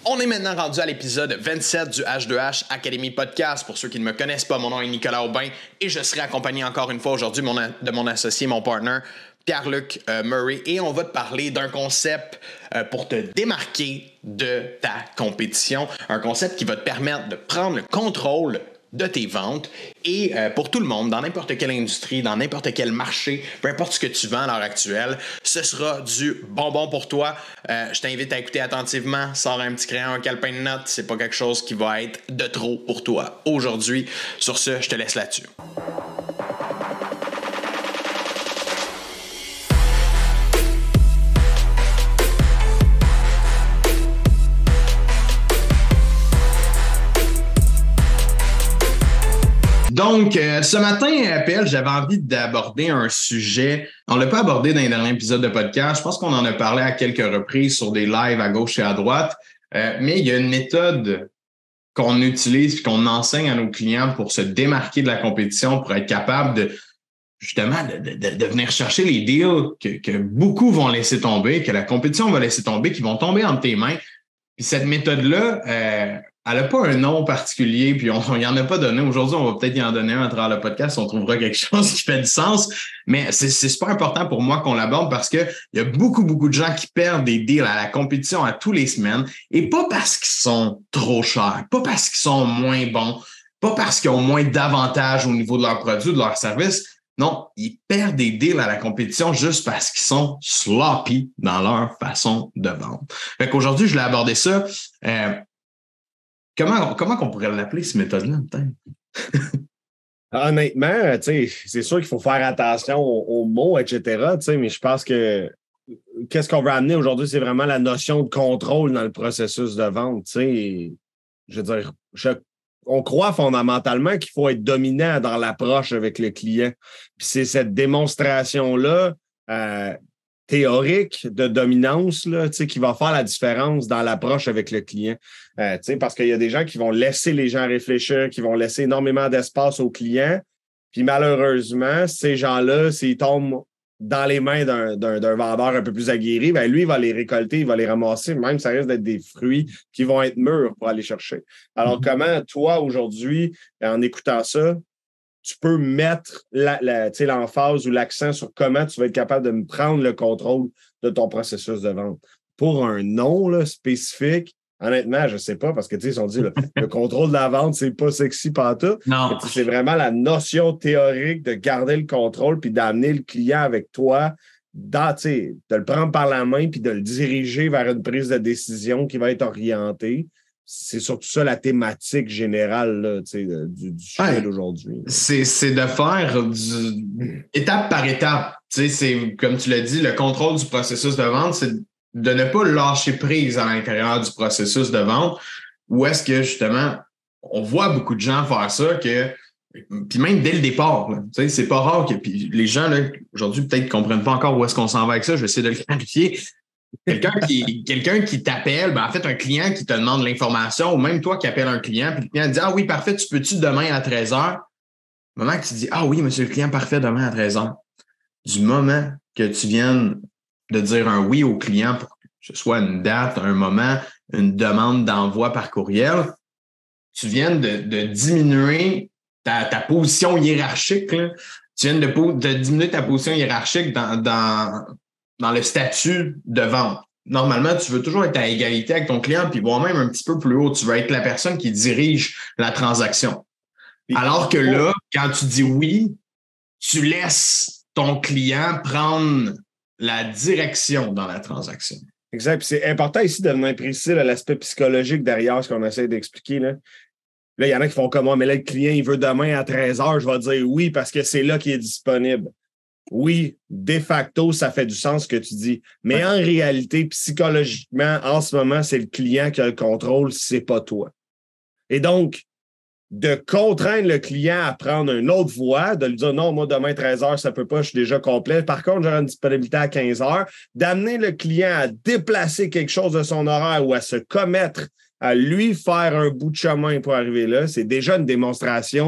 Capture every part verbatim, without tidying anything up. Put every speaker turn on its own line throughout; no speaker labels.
On est maintenant rendu à l'épisode vingt-sept du H deux H Academy Podcast. Pour ceux qui ne me connaissent pas, mon nom est Nicolas Aubin et je serai accompagné encore une fois aujourd'hui mon a- de mon associé, mon partner, Pierre-Luc euh, Murray. Et on va te parler d'un concept euh, pour te démarquer de ta compétition. Un concept qui va te permettre de prendre le contrôle de tes ventes et euh, pour tout le monde, dans n'importe quelle industrie, dans n'importe quel marché, peu importe ce que tu vends à l'heure actuelle, ce sera du bonbon pour toi. Euh, je t'invite à écouter attentivement, sors un petit crayon, un calepin de notes, c'est pas quelque chose qui va être de trop pour toi aujourd'hui. Sur ce, je te laisse là-dessus. Donc, euh, ce matin, à P L, j'avais envie d'aborder un sujet. On ne l'a pas abordé dans les derniers épisodes de podcast. Je pense qu'on en a parlé à quelques reprises sur des lives à gauche et à droite. Euh, mais il y a une méthode qu'on utilise et qu'on enseigne à nos clients pour se démarquer de la compétition, pour être capable de, justement, de, de, de venir chercher les deals que, que beaucoup vont laisser tomber, que la compétition va laisser tomber, qui vont tomber entre tes mains. Puis cette méthode-là, euh, elle n'a pas un nom particulier, puis on n'y en a pas donné. Aujourd'hui, on va peut-être y en donner un à travers le podcast, on trouvera quelque chose qui fait du sens. Mais c'est, c'est super important pour moi qu'on l'aborde parce qu'il y a beaucoup, beaucoup de gens qui perdent des deals à la compétition à tous les semaines. Et pas parce qu'ils sont trop chers, pas parce qu'ils sont moins bons, pas parce qu'ils ont moins d'avantages au niveau de leurs produits, de leurs services. Non, ils perdent des deals à la compétition juste parce qu'ils sont sloppy dans leur façon de vendre. Fait qu'aujourd'hui, je voulais aborder ça. Euh, comment, comment qu'on pourrait l'appeler, cette méthode-là, peut-être?
Honnêtement, tu sais, c'est sûr qu'il faut faire attention aux, aux mots, et cetera, tu sais, mais je pense que qu'est-ce qu'on veut amener aujourd'hui, c'est vraiment la notion de contrôle dans le processus de vente, tu sais. Je veux dire, je on croit fondamentalement qu'il faut être dominant dans l'approche avec le client. Puis c'est cette démonstration-là euh, théorique de dominance là, qui va faire la différence dans l'approche avec le client. Euh, parce qu'il y a des gens qui vont laisser les gens réfléchir, qui vont laisser énormément d'espace aux clients. Puis malheureusement, ces gens-là, s'ils tombent dans les mains d'un, d'un, d'un vendeur un peu plus aguerri, ben lui, il va les récolter, il va les ramasser. Même, ça risque d'être des fruits qui vont être mûrs pour aller chercher. Alors, mm-hmm. Comment, toi, aujourd'hui, en écoutant ça, tu peux mettre la, la, l'emphase ou l'accent sur comment tu vas être capable de prendre le contrôle de ton processus de vente? Pour un nom là, spécifique, honnêtement, je ne sais pas, parce que, tu sais, ils ont dit, là, le contrôle de la vente, c'est pas sexy pantoute.
Non.
Mais, c'est vraiment la notion théorique de garder le contrôle puis d'amener le client avec toi, dans, tu sais, de le prendre par la main puis de le diriger vers une prise de décision qui va être orientée. C'est surtout ça la thématique générale là, tu sais, du, du sujet ouais, d'aujourd'hui.
C'est, c'est de faire du, étape par étape. Tu sais, c'est, comme tu l'as dit, le contrôle du processus de vente, c'est de ne pas lâcher prise à l'intérieur du processus de vente, où est-ce que, justement, on voit beaucoup de gens faire ça, que puis même dès le départ, là, tu sais, c'est pas rare que puis les gens, là, aujourd'hui, peut-être ne comprennent pas encore où est-ce qu'on s'en va avec ça, je vais essayer de le clarifier. Quelqu'un qui, quelqu'un qui t'appelle, ben en fait, un client qui te demande l'information, ou même toi qui appelles un client, puis le client dit « Ah oui, parfait, tu peux-tu demain à treize heures? » Le moment que tu dis « Ah oui, monsieur le client, parfait, demain à treize heures. » Du moment que tu viennes de dire un oui au client pour que ce soit une date, un moment, une demande d'envoi par courriel, tu viens de, de diminuer ta, ta position hiérarchique. Là. Tu viens de, de diminuer ta position hiérarchique dans, dans, dans le statut de vente. Normalement, tu veux toujours être à égalité avec ton client, puis voire même un petit peu plus haut. Tu veux être la personne qui dirige la transaction. Alors que là, quand tu dis oui, tu laisses ton client prendre la direction dans la transaction.
Exact. Puis c'est important ici de venir préciser là, l'aspect psychologique derrière ce qu'on essaie d'expliquer. Là, là il y en a qui font comme moi, mais là, le client, il veut demain à treize heures, je vais dire oui parce que c'est là qu'il est disponible. Oui, de facto, ça fait du sens ce que tu dis. Mais en réalité, psychologiquement, en ce moment, c'est le client qui a le contrôle, c'est pas toi. Et donc, de contraindre le client à prendre une autre voie, de lui dire non, moi, demain, treize heures, ça peut pas, je suis déjà complet. Par contre, j'aurai une disponibilité à quinze heures. D'amener le client à déplacer quelque chose de son horaire ou à se commettre à lui faire un bout de chemin pour arriver là, c'est déjà une démonstration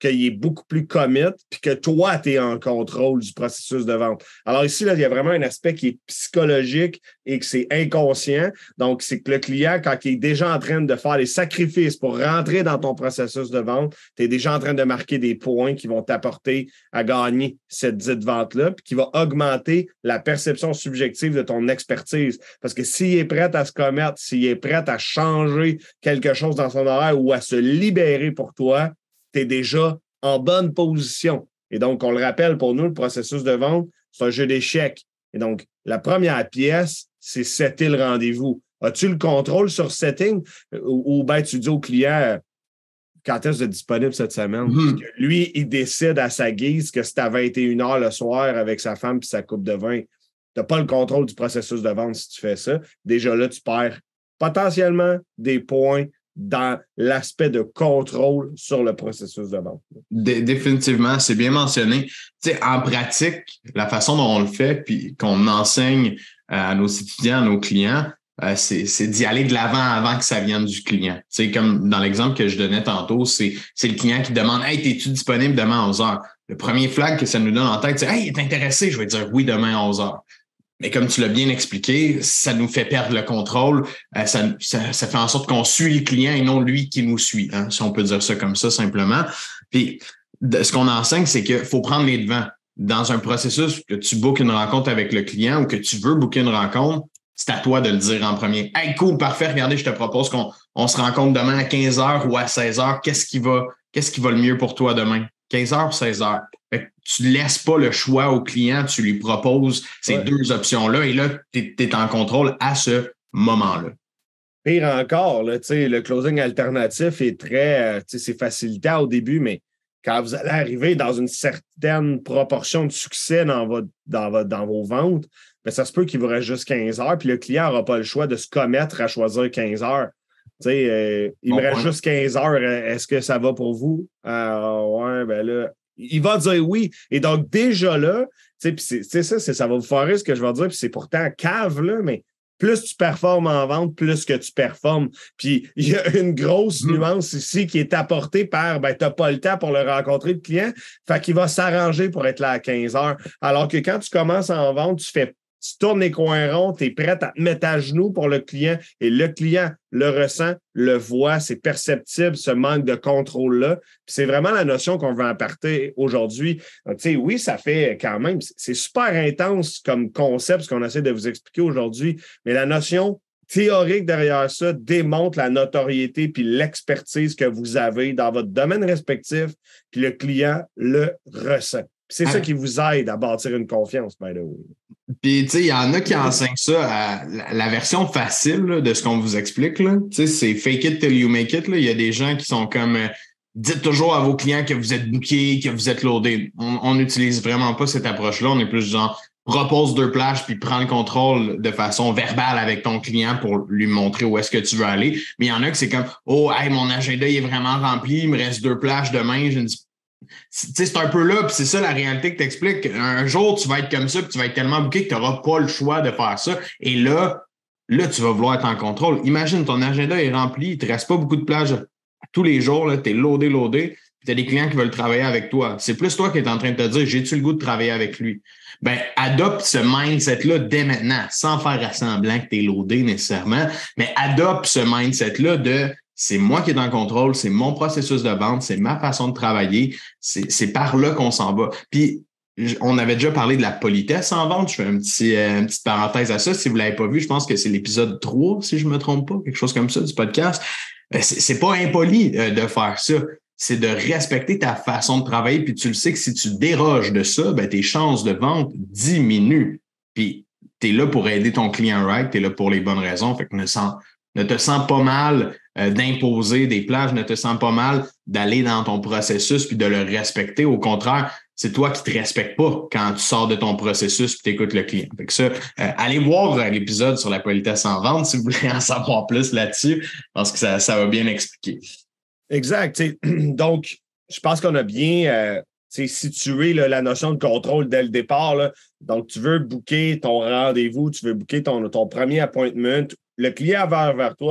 qu'il est beaucoup plus commit puis que toi, tu es en contrôle du processus de vente. Alors ici, là, il y a vraiment un aspect qui est psychologique et que c'est inconscient. Donc, c'est que le client, quand il est déjà en train de faire les sacrifices pour rentrer dans ton processus de vente, tu es déjà en train de marquer des points qui vont t'apporter à gagner cette dite vente-là puis qui va augmenter la perception subjective de ton expertise. Parce que s'il est prêt à se commettre, s'il est prêt à changer quelque chose dans son horaire ou à se libérer pour toi, tu es déjà en bonne position. Et donc, on le rappelle, pour nous, le processus de vente, c'est un jeu d'échecs. Et donc, la première pièce, c'est setter le rendez-vous. As-tu le contrôle sur setting ou, ou bien tu dis au client quand est-ce que c'est disponible cette semaine? Mm-hmm. Parce que lui, il décide à sa guise que c'est à vingt et une heures le soir avec sa femme et sa coupe de vin. Tu n'as pas le contrôle du processus de vente si tu fais ça. Déjà là, tu perds potentiellement des points dans l'aspect de contrôle sur le processus de vente.
Dé- définitivement, c'est bien mentionné. Tu sais, en pratique, la façon dont on le fait, puis qu'on enseigne à nos étudiants, à nos clients, euh, c'est, c'est d'y aller de l'avant avant que ça vienne du client. Tu sais, comme dans l'exemple que je donnais tantôt, c'est, c'est le client qui demande « Hey, es-tu disponible demain à onze heures? » Le premier flag que ça nous donne en tête, c'est « Hey, il est intéressé? » Je vais dire « Oui, demain à onze heures. » Mais comme tu l'as bien expliqué, ça nous fait perdre le contrôle. Euh, ça, ça, ça fait en sorte qu'on suit le client et non lui qui nous suit, hein, si on peut dire ça comme ça simplement. Puis, de, ce qu'on enseigne, c'est qu'il faut prendre les devants. Dans un processus que tu bookes une rencontre avec le client ou que tu veux booker une rencontre, c'est à toi de le dire en premier. « Hey, cool, parfait, regardez, je te propose qu'on on se rencontre demain à quinze heures ou à seize heures. Qu'est-ce qui va, qu'est-ce qui va le mieux pour toi demain? » quinze heures ou seize heures. Fait que tu ne laisses pas le choix au client, tu lui proposes ces ouais. deux options-là et là, tu es en contrôle à ce moment-là.
Pire encore, là, le closing alternatif est très, c'est facilitant au début, mais quand vous allez arriver dans une certaine proportion de succès dans, votre, dans, votre, dans vos ventes, bien, ça se peut qu'il vous reste juste quinze heures, puis le client n'aura pas le choix de se commettre à choisir quinze heures. Tu sais, euh, il bon me reste point. Juste quinze heures. Est-ce que ça va pour vous? Euh, ouais, ben là, il va dire oui. Et donc, déjà là, tu sais, c'est ça, c'est, ça va vous faire rire ce que je vais dire, puis c'est pourtant cave, là, mais plus tu performes en vente, plus que tu performes. Puis, il y a une grosse mmh. nuance ici qui est apportée par, ben, tu n'as pas le temps pour le rencontrer, le client, fait qu'il va s'arranger pour être là à quinze heures. Alors que quand tu commences en vente, tu fais Tu tournes les coins ronds, tu es prête à te mettre à genoux pour le client et le client le ressent, le voit, c'est perceptible, ce manque de contrôle-là. Puis c'est vraiment la notion qu'on veut apporter aujourd'hui. Donc, tu sais, oui, ça fait quand même, c'est super intense comme concept, ce qu'on essaie de vous expliquer aujourd'hui, mais la notion théorique derrière ça démontre la notoriété puis l'expertise que vous avez dans votre domaine respectif, puis le client le ressent. C'est ah. ça qui vous aide à bâtir une confiance, by the way.
Puis, tu sais, il y en a qui enseignent ça à la, la version facile là, de ce qu'on vous explique. Tu sais, c'est fake it till you make it. Il y a des gens qui sont comme euh, dites toujours à vos clients que vous êtes booké, que vous êtes loadé. On n'utilise vraiment pas cette approche-là. On est plus genre propose deux plages puis prends le contrôle de façon verbale avec ton client pour lui montrer où est-ce que tu veux aller. Mais il y en a que c'est comme oh, hey, mon agenda il est vraiment rempli, il me reste deux plages demain, je ne dis c'est, c'est un peu là, puis c'est ça la réalité que t'expliques. Un jour, tu vas être comme ça, puis tu vas être tellement booké que tu n'auras pas le choix de faire ça. Et là, là, tu vas vouloir être en contrôle. Imagine, ton agenda est rempli, il ne te reste pas beaucoup de plages tous les jours, tu es loadé, loadé, puis tu as des clients qui veulent travailler avec toi. C'est plus toi qui es en train de te dire, j'ai-tu le goût de travailler avec lui? Ben, adopte ce mindset-là dès maintenant, sans faire semblant que tu es loadé nécessairement, mais adopte ce mindset-là de c'est moi qui est en contrôle, c'est mon processus de vente, c'est ma façon de travailler, c'est, c'est par là qu'on s'en va. Puis, on avait déjà parlé de la politesse en vente, je fais un petit, euh, une petite parenthèse à ça. Si vous ne l'avez pas vu, je pense que c'est l'épisode trois, si je ne me trompe pas, quelque chose comme ça du podcast. C'est, c'est pas impoli euh, de faire ça, c'est de respecter ta façon de travailler, puis tu le sais que si tu déroges de ça, ben, tes chances de vente diminuent. Puis, tu es là pour aider ton client right, tu es là pour les bonnes raisons, fait que ne, sens, ne te sens pas mal Euh, d'imposer des plages, ne te sens pas mal d'aller dans ton processus puis de le respecter. Au contraire, c'est toi qui te respectes pas quand tu sors de ton processus puis t'écoutes le client. Fait que ça, euh, allez voir l'épisode sur la politesse en vente si vous voulez en savoir plus là-dessus, parce que ça, ça va bien expliquer.
Exact. T'sais, donc, je pense qu'on a bien euh, situé là, la notion de contrôle dès le départ. Là. Donc, tu veux booker ton rendez-vous, tu veux booker ton, ton premier appointment. Le client va vers toi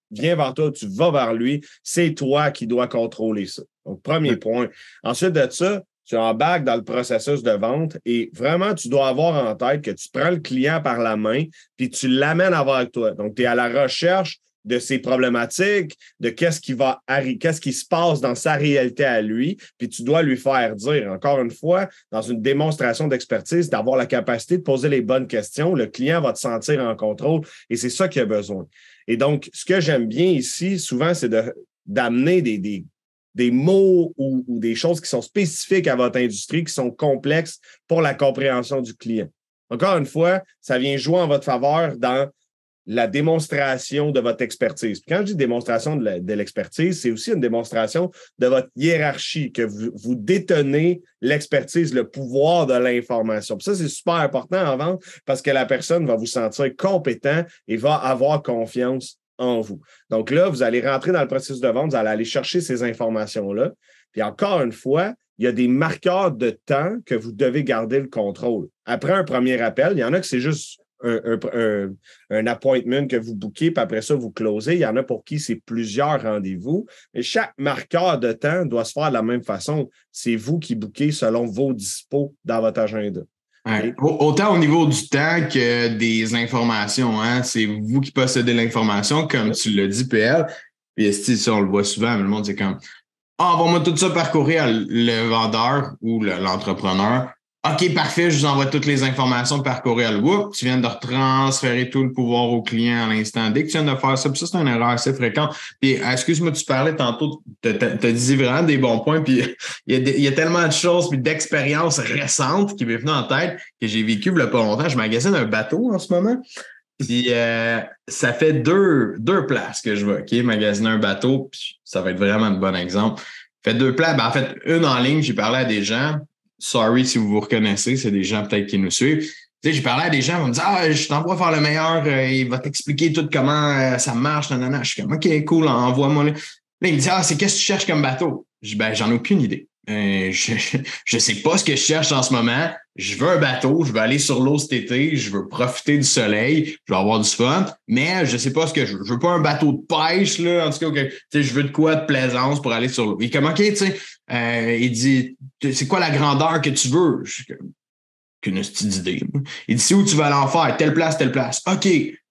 vient vers toi, tu vas vers lui, c'est toi qui dois contrôler ça. Donc, premier point. Ensuite de ça, tu embarques dans le processus de vente et vraiment, tu dois avoir en tête que tu prends le client par la main puis tu l'amènes avec toi. Donc, tu es à la recherche de ses problématiques, de qu'est-ce qui va arriver, qu'est-ce qui se passe dans sa réalité à lui, puis tu dois lui faire dire, encore une fois, dans une démonstration d'expertise, d'avoir la capacité de poser les bonnes questions. Le client va te sentir en contrôle et c'est ça qu'il a besoin. Et donc, ce que j'aime bien ici, souvent, c'est de, d'amener des, des, des mots ou, ou des choses qui sont spécifiques à votre industrie, qui sont complexes pour la compréhension du client. Encore une fois, ça vient jouer en votre faveur dans la démonstration de votre expertise. Puis quand je dis démonstration de, la, de l'expertise, c'est aussi une démonstration de votre hiérarchie, que vous, vous détenez l'expertise, le pouvoir de l'information. Puis ça, c'est super important en vente parce que la personne va vous sentir compétent et va avoir confiance en vous. Donc là, vous allez rentrer dans le processus de vente, vous allez aller chercher ces informations-là. Puis encore une fois, il y a des marqueurs de temps que vous devez garder le contrôle. Après un premier appel, il y en a que c'est juste Un, un, un, un appointment que vous bookez, puis après ça, vous closez. Il y en a pour qui c'est plusieurs rendez-vous. Mais chaque marqueur de temps doit se faire de la même façon. C'est vous qui bookez selon vos dispos dans votre agenda.
Ouais. Autant au niveau du temps que des informations. Hein? C'est vous qui possédez l'information, comme tu l'as dit, P L. Puis, ça, on le voit souvent, mais le monde, c'est comme ah, envoie-moi tout ça par courriel, le vendeur ou le, l'entrepreneur. OK, parfait, je vous envoie toutes les informations par courriel. Oups, tu viens de retransférer tout le pouvoir au client à l'instant. Dès que tu viens de faire ça, puis ça, c'est une erreur assez fréquente. Puis, excuse-moi, tu parlais tantôt, tu as dit vraiment des bons points, puis il y, a des, il y a tellement de choses, puis d'expériences récentes qui m'est venues en tête que j'ai vécu il y a pas longtemps. Je magasine un bateau en ce moment, puis euh, ça fait deux, deux places que je vais, OK, magasiner un bateau, puis ça va être vraiment un bon exemple. Fait deux places, ben en fait, une en ligne, j'ai parlé à des gens. Sorry si vous vous reconnaissez, c'est des gens peut-être qui nous suivent. Tu sais, j'ai parlé à des gens, ils vont me dire ah, je t'envoie faire le meilleur, euh, il va t'expliquer tout comment euh, ça marche, nanana. Je suis comme OK, cool, envoie-moi là. Là, il me dit ah, c'est qu'est-ce que tu cherches comme bateau? Je dis ben, j'en ai aucune idée. Euh, je, je sais pas ce que je cherche en ce moment. Je veux un bateau, je veux aller sur l'eau cet été, je veux profiter du soleil, je veux avoir du fun, mais je sais pas ce que je veux. Je veux pas un bateau de pêche, là, en tout cas, okay, tu sais, je veux de quoi de plaisance pour aller sur l'eau. Il est comme OK, tu sais, euh, il dit c'est quoi la grandeur que tu veux? Je suis comme qu'une petite idée. Il dit c'est où tu vas aller en faire? Telle place, telle place. OK.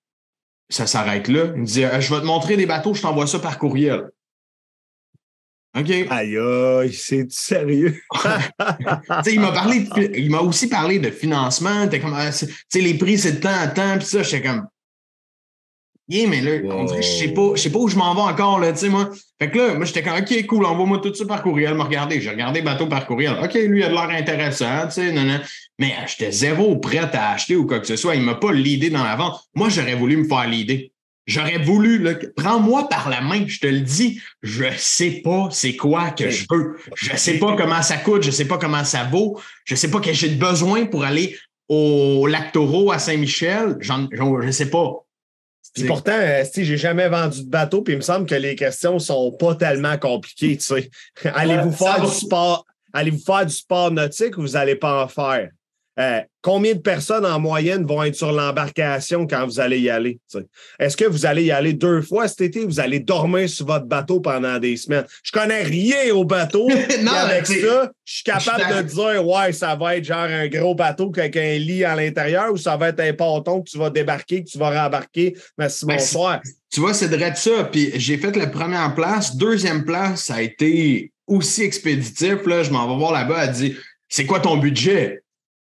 Ça s'arrête là. Il me dit je vais te montrer des bateaux, je t'envoie ça par courriel. OK.
Aïe, aïe, c'est sérieux.
il m'a parlé, de, il m'a aussi parlé de financement. T'es comme, tu les prix, c'est de temps à temps. Puis ça, j'étais comme, yeah, mais là, wow. On dirait, je sais pas, je sais pas où je m'en vais encore, là, tu sais, moi. Fait que là, moi, j'étais comme, OK, cool, envoie-moi tout ça par courriel. Me regarder, j'ai regardé bateau par courriel. OK, lui, il a de l'air intéressant, tu sais, non, non. Mais j'étais zéro prêt à acheter ou quoi que ce soit. Il m'a pas l'idée dans la vente. Moi, j'aurais voulu me faire l'idée. J'aurais voulu, là, prends-moi par la main, je te le dis, je sais pas c'est quoi que je veux. Je sais pas comment ça coûte, je sais pas comment ça vaut, je sais pas que j'ai besoin pour aller au Lac Taureau à Saint-Michel, j'en, j'en, je sais pas.
Puis pourtant, si j'ai jamais vendu de bateau, puis il me semble que les questions sont pas tellement compliquées, tu sais. Allez-vous faire du sport, allez-vous faire du sport nautique ou vous allez pas en faire? Euh, combien de personnes en moyenne vont être sur l'embarcation quand vous allez y aller? T'sais? Est-ce que vous allez y aller deux fois cet été ou vous allez dormir sur votre bateau pendant des semaines? Je connais rien au bateau. Non, avec ça, je suis capable je de dire ouais, ça va être genre un gros bateau avec un lit à l'intérieur ou ça va être un ponton que tu vas débarquer, que tu vas rembarquer. Merci, ben, bonsoir.
Tu vois, c'est vrai de ça. Puis j'ai fait la première place. Deuxième place, ça a été aussi expéditif. Là, je m'en vais voir là-bas. Elle dit c'est quoi ton budget?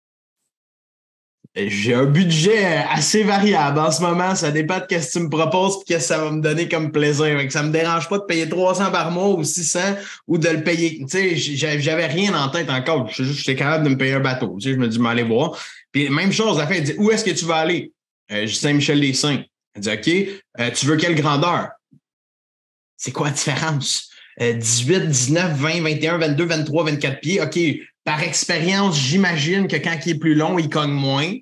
J'ai un budget assez variable en ce moment. Ça dépend de ce que tu me proposes et qu'est-ce que ça va me donner comme plaisir. Donc, ça me dérange pas de payer trois cents par mois ou six cents ou de le payer. Tu sais, j'avais rien en tête encore. J'étais capable de me payer un bateau. Tu sais, je me dis, je vais aller voir. Puis, même chose, la fin, elle dit, où est-ce que tu vas aller? Euh, je dis Saint-Michel-des-Saints. Elle dit, OK, euh, tu veux quelle grandeur? C'est quoi la différence? Euh, dix-huit, dix-neuf, vingt, vingt et un, vingt-deux, vingt-trois, vingt-quatre pieds. OK. Par expérience, j'imagine que quand il est plus long, il cogne moins.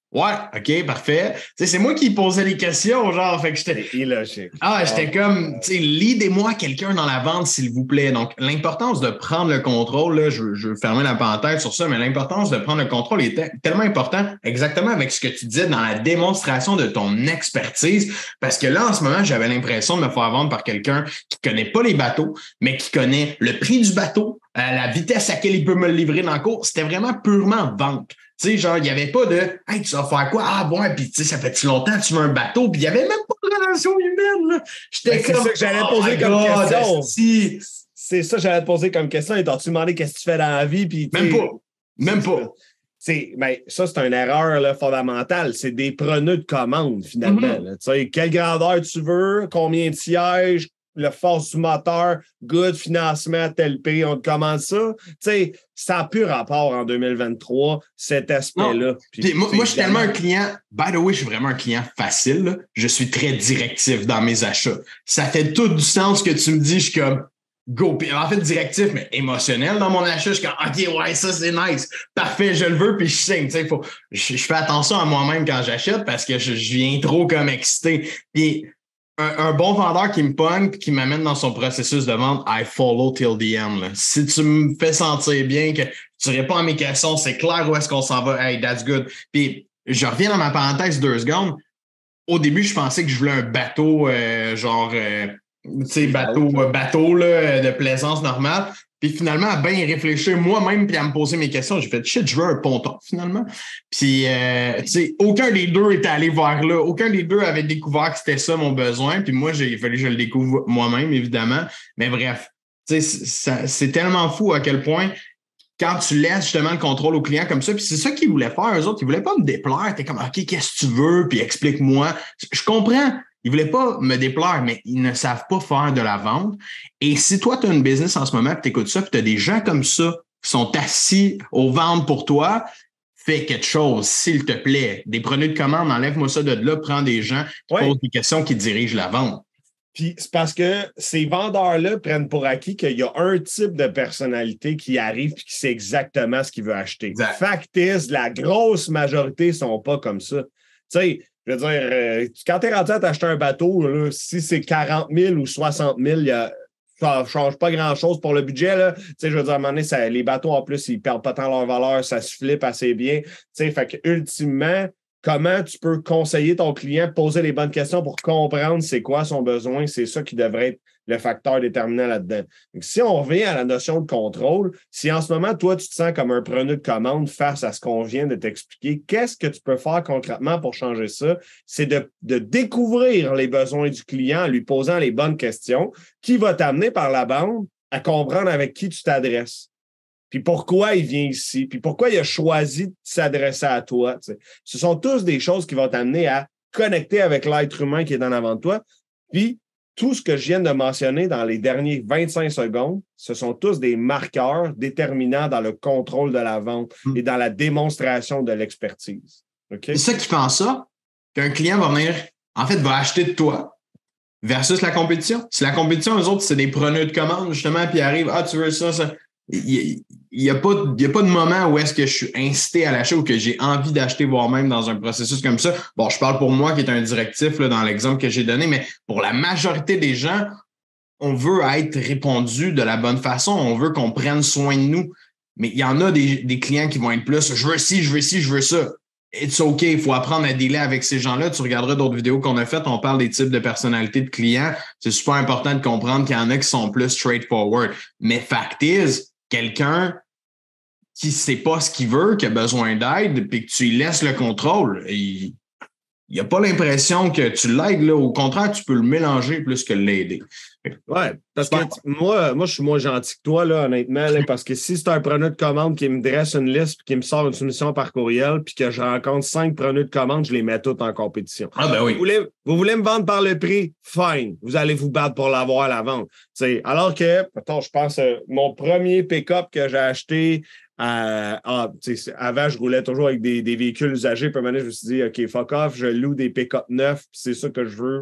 Ouais, OK, parfait. Tu sais, c'est moi qui posais les questions, genre, fait que j'étais.
C'est illogique.
Ah, j'étais
Ah,
comme, tu sais, leadez-moi quelqu'un dans la vente, s'il vous plaît. Donc, l'importance de prendre le contrôle, là, je, veux- je veux fermer la parenthèse sur ça, mais l'importance de prendre le contrôle est te- tellement important, exactement avec ce que tu disais dans la démonstration de ton expertise, parce que là, en ce moment, j'avais l'impression de me faire vendre par quelqu'un qui connaît pas les bateaux, mais qui connaît le prix du bateau, euh, la vitesse à laquelle il peut me le livrer dans le cours. C'était vraiment purement vente. Tu sais, genre, il n'y avait pas de Hey, tu vas faire quoi? Ah bon, puis tu sais, ça fait-tu longtemps que tu veux un bateau? Puis il n'y avait même pas de relation humaine, là. J'étais
ben, c'est
comme
ça que j'allais
Oh
poser
my
comme
God,
question.
esti.
C'est ça que j'allais te poser comme question. Et t'as-tu demandé qu'est-ce que tu fais dans la vie? Puis,
Même pas. Même
c'est,
pas.
c'est, ben, ça, c'est une erreur là, fondamentale. C'est des preneux de commande, finalement.
Mm-hmm.
Là. Tu sais, quelle grandeur tu veux, combien de sièges, la force du moteur, good financement à tel prix, on te commande ça. Tu sais, ça n'a plus rapport en deux mille vingt-trois, cet aspect-là.
Puis, Puis moi, moi, je suis tellement un client, by the way, je suis vraiment un client facile. Là. Je suis très directif dans mes achats. Ça fait tout du sens que tu me dis, je suis comme go. Puis, en fait, directif, mais émotionnel dans mon achat. Je suis comme OK, ouais, ça, c'est nice. Parfait, je le veux, puis je signe. Tu sais, faut, je, je fais attention à moi-même quand j'achète parce que je, je viens trop comme excité. Puis, Un, un bon vendeur qui me pogne et qui m'amène dans son processus de vente, I follow till the end. Là. Si tu me fais sentir bien que tu réponds à mes questions, c'est clair où est-ce qu'on s'en va. Hey, that's good. Puis, je reviens dans ma parenthèse deux secondes. Au début, je pensais que je voulais un bateau, euh, genre, euh, tu sais, bateau, euh, bateau là, de plaisance normale. Puis finalement, à bien y réfléchir moi-même puis à me poser mes questions, j'ai fait shit, je veux un ponton finalement. Puis, euh, tu sais, aucun des deux était allé vers là. Aucun des deux avait découvert que c'était ça mon besoin. Puis moi, j'ai il fallait que je le découvre moi-même, évidemment. Mais bref, tu sais, c'est tellement fou à quel point quand tu laisses justement le contrôle au client comme ça, puis c'est ça qu'ils voulaient faire, eux autres, ils voulaient pas me déplaire. T'es comme, OK, qu'est-ce que tu veux? Puis explique-moi. Je comprends. Ils voulaient pas me déplaire, mais ils ne savent pas faire de la vente. Et si toi, tu as une business en ce moment, puis tu écoutes ça, puis tu as des gens comme ça qui sont assis aux ventes pour toi, fais quelque chose, s'il te plaît. Des preneurs de commande, enlève-moi ça de là, prends des gens qui
ouais.
posent des questions qui dirigent la vente.
Puis c'est parce que ces vendeurs-là prennent pour acquis qu'il y a un type de personnalité qui arrive et qui sait exactement ce qu'il veut acheter.
Exact.
Fact is, la grosse majorité ne sont pas comme ça. Tu sais, je veux dire, euh, quand tu es rendu à t'acheter un bateau, là, si c'est quarante mille ou soixante mille, y a, ça ne change pas grand-chose pour le budget. Là. Tu sais, je veux dire, à un moment donné, ça, les bateaux, en plus, ils ne perdent pas tant leur valeur, ça se flippe assez bien. Tu sais, fait que ultimement, comment tu peux conseiller ton client, poser les bonnes questions pour comprendre c'est quoi son besoin, c'est ça qui devrait être le facteur déterminant là-dedans. Donc, si on revient à la notion de contrôle, si en ce moment, toi, tu te sens comme un preneur de commande face à ce qu'on vient de t'expliquer, qu'est-ce que tu peux faire concrètement pour changer ça? C'est de, de découvrir les besoins du client en lui posant les bonnes questions qui va t'amener par la bande à comprendre avec qui tu t'adresses. Puis pourquoi il vient ici, puis pourquoi il a choisi de s'adresser à toi. T'sais. Ce sont tous des choses qui vont t'amener à connecter avec l'être humain qui est en avant de toi. Puis tout ce que je viens de mentionner dans les derniers vingt-cinq secondes, ce sont tous des marqueurs déterminants dans le contrôle de la vente mmh. et dans la démonstration de l'expertise. Okay?
C'est ça qui fait en sorte qu'un client va venir, en fait, va acheter de toi versus la compétition. Si la compétition, eux autres, c'est des preneurs de commandes, justement, puis ils arrivent, ah, tu veux ça, ça. Il n'y a, a pas de moment où est-ce que je suis incité à l'achat ou que j'ai envie d'acheter, voire même dans un processus comme ça. Bon, je parle pour moi qui est un directif là, dans l'exemple que j'ai donné, mais pour la majorité des gens, on veut être répondu de la bonne façon. On veut qu'on prenne soin de nous. Mais il y en a des, des clients qui vont être plus « je veux ci, je veux ci, je veux ça ». It's OK, il faut apprendre à dealer avec ces gens-là. Tu regarderas d'autres vidéos qu'on a faites, on parle des types de personnalités de clients. C'est super important de comprendre qu'il y en a qui sont plus straightforward. Mais fact is, quelqu'un qui ne sait pas ce qu'il veut, qui a besoin d'aide, puis que tu lui laisses le contrôle, il n'y a pas l'impression que tu l'aides. Là. Au contraire, tu peux le mélanger plus que l'aider.
Oui, parce que moi, moi, je suis moins gentil que toi, là, honnêtement, là, parce que si c'est un preneur de commande qui me dresse une liste puis qui me sort une soumission par courriel puis que je rencontre cinq preneurs de commande, je les mets tous en compétition.
Ah ben oui.
Vous voulez, vous voulez me vendre par le prix? Fine. Vous allez vous battre pour l'avoir à la vente. T'sais, alors que, attends, je pense, euh, mon premier pick-up que j'ai acheté, Euh, ah, avant, je roulais toujours avec des, des véhicules usagés. Puis à un moment donné, je me suis dit, OK, fuck off, je loue des pick-up neufs, puis c'est ça que je veux.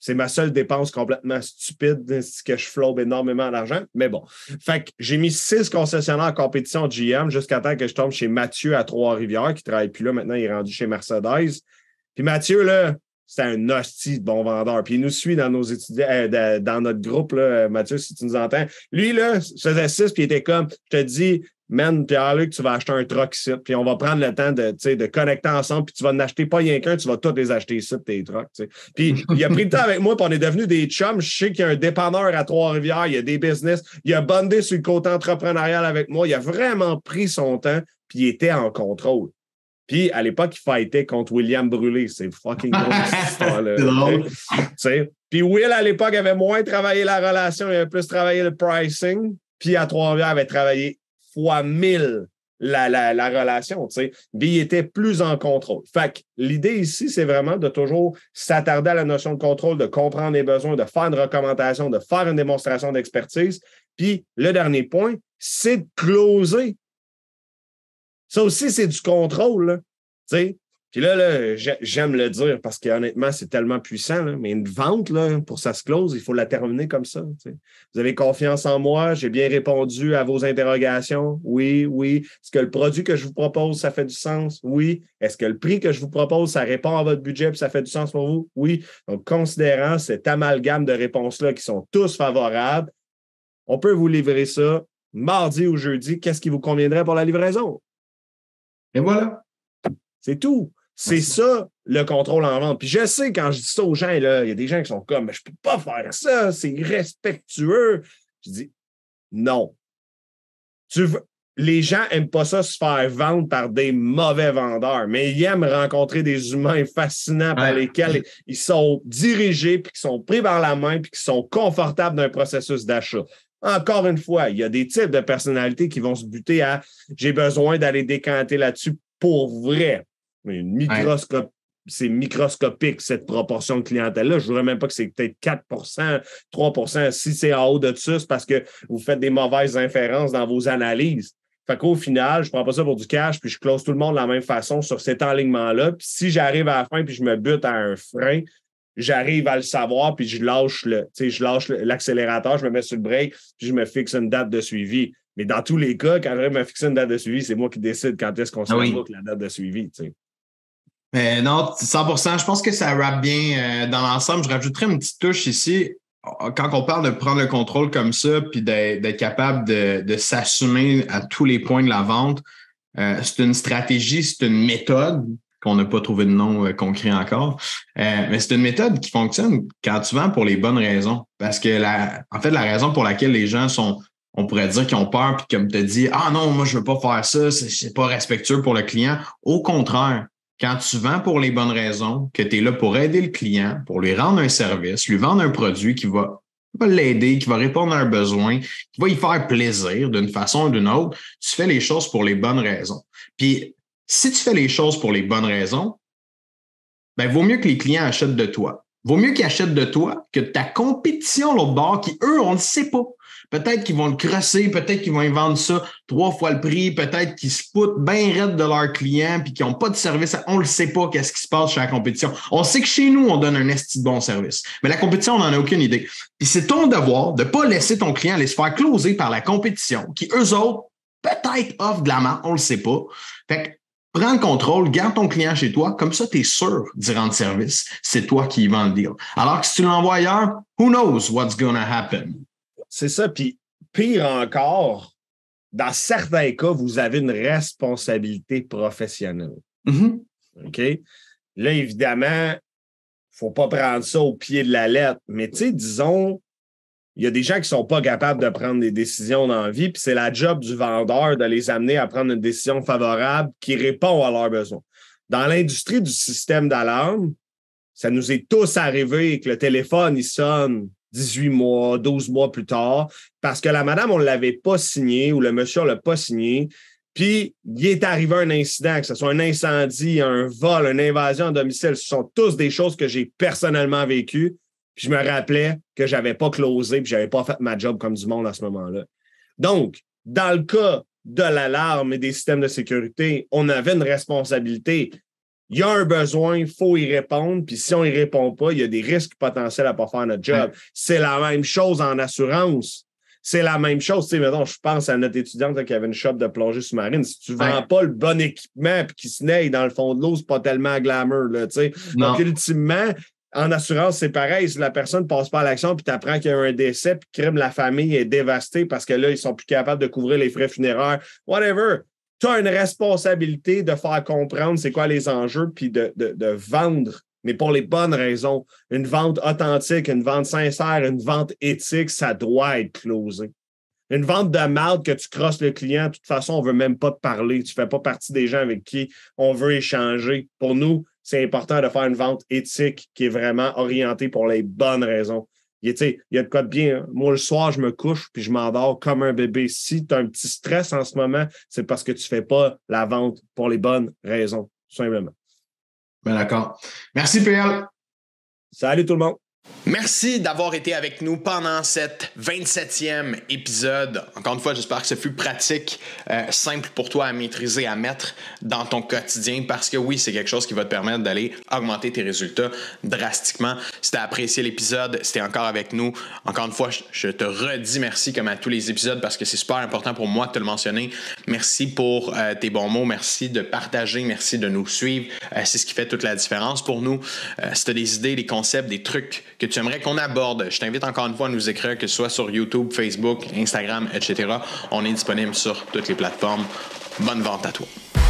C'est ma seule dépense complètement stupide, c'est que je flobe énormément d'argent. Mais bon. Fait que j'ai mis six concessionnaires en compétition G M jusqu'à temps que je tombe chez Mathieu à Trois-Rivières, qui ne travaille plus là. Maintenant, il est rendu chez Mercedes. Puis Mathieu, là, c'est un hostie de bon vendeur. Puis il nous suit dans nos étudiants, euh, dans notre groupe, là, Mathieu, si tu nous entends. Lui, là, faisait six, puis il était comme, je te dis, man, Pierre-Luc, tu vas acheter un truck ici, puis on va prendre le temps de, de connecter ensemble, puis tu vas en acheter pas rien qu'un, tu vas tous les acheter ici, tes trucks. T'sais. Puis il a pris le temps avec moi, puis on est devenus des chums. Je sais qu'il y a un dépanneur à Trois-Rivières, il y a des business, il a bondé sur le côté entrepreneurial avec moi, il a vraiment pris son temps, puis il était en contrôle. Puis, à l'époque, il fightait contre William Brûlé. C'est fucking drôle, cette histoire-là. C'est drôle. Okay? Puis Will, à l'époque, avait moins travaillé la relation, il avait plus travaillé le pricing. Puis, à Trois-Rivières, il avait travaillé fois mille la, la, la relation, tu sais. Puis, il était plus en contrôle. Fait que l'idée ici, c'est vraiment de toujours s'attarder à la notion de contrôle, de comprendre les besoins, de faire une recommandation, de faire une démonstration d'expertise. Puis, le dernier point, c'est de closer. Ça aussi, c'est du contrôle, là. Tu sais? Puis là, là, j'aime le dire parce qu'honnêtement, c'est tellement puissant, là. Mais une vente, là, pour ça se close, il faut la terminer comme ça. Tu sais. Vous avez confiance en moi, j'ai bien répondu à vos interrogations. Oui, oui. Est-ce que le produit que je vous propose, ça fait du sens? Oui. Est-ce que le prix que je vous propose, ça répond à votre budget et ça fait du sens pour vous? Oui. Donc, considérant cet amalgame de réponses-là qui sont tous favorables, on peut vous livrer ça mardi ou jeudi. Qu'est-ce qui vous conviendrait pour la livraison?
Et voilà.
C'est tout. C'est Merci. Ça, le contrôle en vente. Puis je sais, quand je dis ça aux gens, là, il y a des gens qui sont comme, mais je ne peux pas faire ça, c'est irrespectueux. Je dis, non. Tu veux... Les gens n'aiment pas ça se faire vendre par des mauvais vendeurs, mais ils aiment rencontrer des humains fascinants par ouais. lesquels ils sont dirigés, puis qui sont pris par la main, puis qui sont confortables d'un processus d'achat. Encore une fois, il y a des types de personnalités qui vont se buter à « j'ai besoin d'aller décanter là-dessus pour vrai ». Mais une microscope, ouais. c'est microscopique, cette proportion de clientèle-là. Je ne dirais même pas que c'est peut-être quatre pour cent, trois pour cent. Si c'est en haut de ça, c'est parce que vous faites des mauvaises inférences dans vos analyses. Fait qu'au final, je ne prends pas ça pour du cash, puis je close tout le monde de la même façon sur cet enlignement-là. Puis si j'arrive à la fin puis je me bute à un frein, j'arrive à le savoir, puis je lâche le, tu sais, je lâche l'accélérateur, je me mets sur le break, puis je me fixe une date de suivi. Mais dans tous les cas, quand j'arrive à me fixer une date de suivi, c'est moi qui décide quand est-ce qu'on se
oui.
met la date de suivi, tu sais.
Mais non, cent pour cent, je pense que ça rappe bien euh, dans l'ensemble. Je rajouterais une petite touche ici. Quand on parle de prendre le contrôle comme ça, puis d'être, d'être capable de, de s'assumer à tous les points de la vente, euh, c'est une stratégie, c'est une méthode qu'on n'a pas trouvé de nom euh, concret encore. Euh, mais c'est une méthode qui fonctionne quand tu vends pour les bonnes raisons. Parce que, la, en fait, la raison pour laquelle les gens sont, on pourrait dire qu'ils ont peur, puis comme tu as dit, « Ah non, moi, je veux pas faire ça, c'est, c'est pas respectueux pour le client. » Au contraire, quand tu vends pour les bonnes raisons, que tu es là pour aider le client, pour lui rendre un service, lui vendre un produit qui va, va l'aider, qui va répondre à un besoin, qui va y faire plaisir d'une façon ou d'une autre, tu fais les choses pour les bonnes raisons. Puis, si tu fais les choses pour les bonnes raisons, ben, vaut mieux que les clients achètent de toi. Vaut mieux qu'ils achètent de toi que de ta compétition l'autre bord, qui, eux, on ne sait pas. Peut-être qu'ils vont le crosser, peut-être qu'ils vont y vendre ça trois fois le prix, peut-être qu'ils se foutent bien raide de leurs clients puis qu'ils n'ont pas de service. On ne le sait pas qu'est-ce qui se passe chez la compétition. On sait que chez nous, on donne un esti de bon service. Mais la compétition, on n'en a aucune idée. Puis c'est ton devoir de ne pas laisser ton client aller se faire closer par la compétition qui, eux autres, peut-être offrent de la marque, on ne le sait pas. Fait que prends le contrôle, garde ton client chez toi, comme ça, tu es sûr d'y rendre service. C'est toi qui y vends le deal. Alors que si tu l'envoies ailleurs, who knows what's gonna happen?
C'est ça. Puis, pire encore, dans certains cas, vous avez une responsabilité professionnelle.
Mm-hmm.
OK? Là, évidemment, il ne faut pas prendre ça au pied de la lettre. Mais, tu sais, disons, il y a des gens qui ne sont pas capables de prendre des décisions dans la vie, puis c'est la job du vendeur de les amener à prendre une décision favorable qui répond à leurs besoins. Dans l'industrie du système d'alarme, ça nous est tous arrivé que le téléphone, il sonne dix-huit mois, douze mois plus tard, parce que la madame, on ne l'avait pas signé ou le monsieur ne l'a pas signé, puis il est arrivé un incident, que ce soit un incendie, un vol, une invasion à domicile, ce sont tous des choses que j'ai personnellement vécues, puis je me rappelais que je n'avais pas closé, puis je n'avais pas fait ma job comme du monde à ce moment-là. Donc, dans le cas de l'alarme et des systèmes de sécurité, on avait une responsabilité. il y a un besoin, il faut y répondre, puis si on y répond pas, il y a des risques potentiels à pas faire notre job. Ouais. C'est la même chose en assurance. C'est la même chose. Tu sais, mettons, je pense à notre étudiante là, qui avait une shop de plongée sous-marine. Si tu ne vends ouais. pas le bon équipement puis qu'il se naille dans le fond de l'eau, c'est pas tellement glamour. Là, tu sais. Donc, ultimement, en assurance, c'est pareil. Si la personne ne passe pas à l'action puis tu apprends qu'il y a un décès puis crime, la famille est dévastée parce que là, ils sont plus capables de couvrir les frais funéraires, whatever. Tu as une responsabilité de faire comprendre c'est quoi les enjeux puis de, de, de vendre, mais pour les bonnes raisons. Une vente authentique, une vente sincère, une vente éthique, ça doit être closé. Une vente de marde que tu crosses le client, de toute façon, on ne veut même pas te parler. Tu ne fais pas partie des gens avec qui on veut échanger. Pour nous, c'est important de faire une vente éthique qui est vraiment orientée pour les bonnes raisons. Il y a de quoi de bien. Hein? Moi, le soir, je me couche puis je m'endors comme un bébé. Si tu as un petit stress en ce moment, c'est parce que tu ne fais pas la vente pour les bonnes raisons, tout simplement.
Ben d'accord. Merci, P L.
Salut tout le monde.
Merci d'avoir été avec nous pendant cet vingt-septième épisode. Encore une fois, j'espère que ce fut pratique, euh, simple pour toi à maîtriser, à mettre dans ton quotidien parce que oui, c'est quelque chose qui va te permettre d'aller augmenter tes résultats drastiquement. Si tu as apprécié l'épisode, si tu es encore avec nous, encore une fois, je te redis merci comme à tous les épisodes parce que c'est super important pour moi de te le mentionner. Merci pour euh, tes bons mots, merci de partager, merci de nous suivre. Euh, c'est ce qui fait toute la différence pour nous. Euh, si tu as des idées, des concepts, des trucs que tu aimerais qu'on aborde, je t'invite encore une fois à nous écrire, que ce soit sur YouTube, Facebook, Instagram, et cetera. On est disponible sur toutes les plateformes. Bonne vente à toi.